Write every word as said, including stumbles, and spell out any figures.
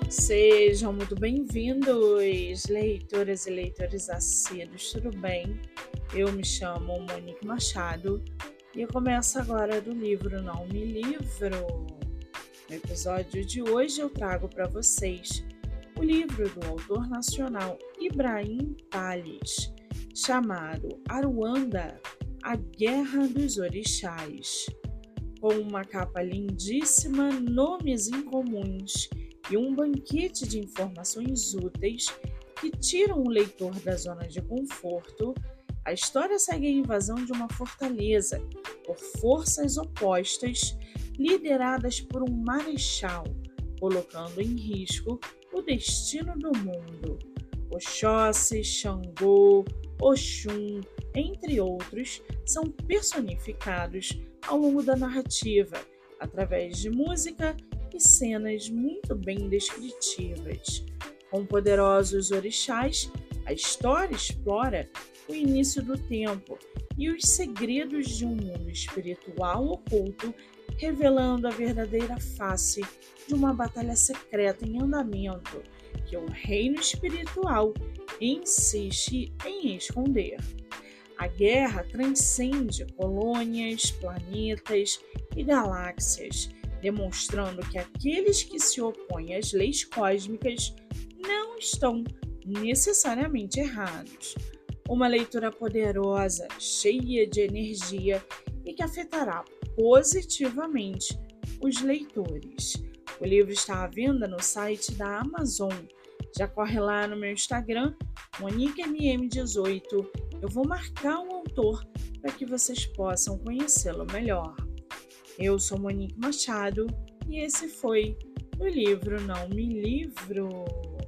Sejam muito bem-vindos, leitoras e leitores assíduos, tudo bem? Eu me chamo Monique Machado e eu começo agora do livro Não Me Livro. No episódio de hoje eu trago para vocês o livro do autor nacional Ibrahim Tales, chamado Aruanda, A Guerra dos Orixás. Com uma capa lindíssima, nomes incomuns e um banquete de informações úteis que tiram o leitor da zona de conforto, a história segue a invasão de uma fortaleza por forças opostas lideradas por um marechal, colocando em risco o destino do mundo. Oxóssi, Xangô, Oxum, entre outros, são personificados ao longo da narrativa, através de música e cenas muito bem descritivas. Com poderosos orixás, a história explora o início do tempo e os segredos de um mundo espiritual oculto, revelando a verdadeira face de uma batalha secreta em andamento que o reino espiritual insiste em esconder. A guerra transcende colônias, planetas e galáxias, demonstrando que aqueles que se opõem às leis cósmicas não estão necessariamente errados. Uma leitura poderosa, cheia de energia e que afetará positivamente os leitores. O livro está à venda no site da Amazon. Já corre lá no meu Instagram, Monique M M dezoito. Eu vou marcar um autor para que vocês possam conhecê-lo melhor. Eu sou Monique Machado e esse foi o livro Não Me Livro.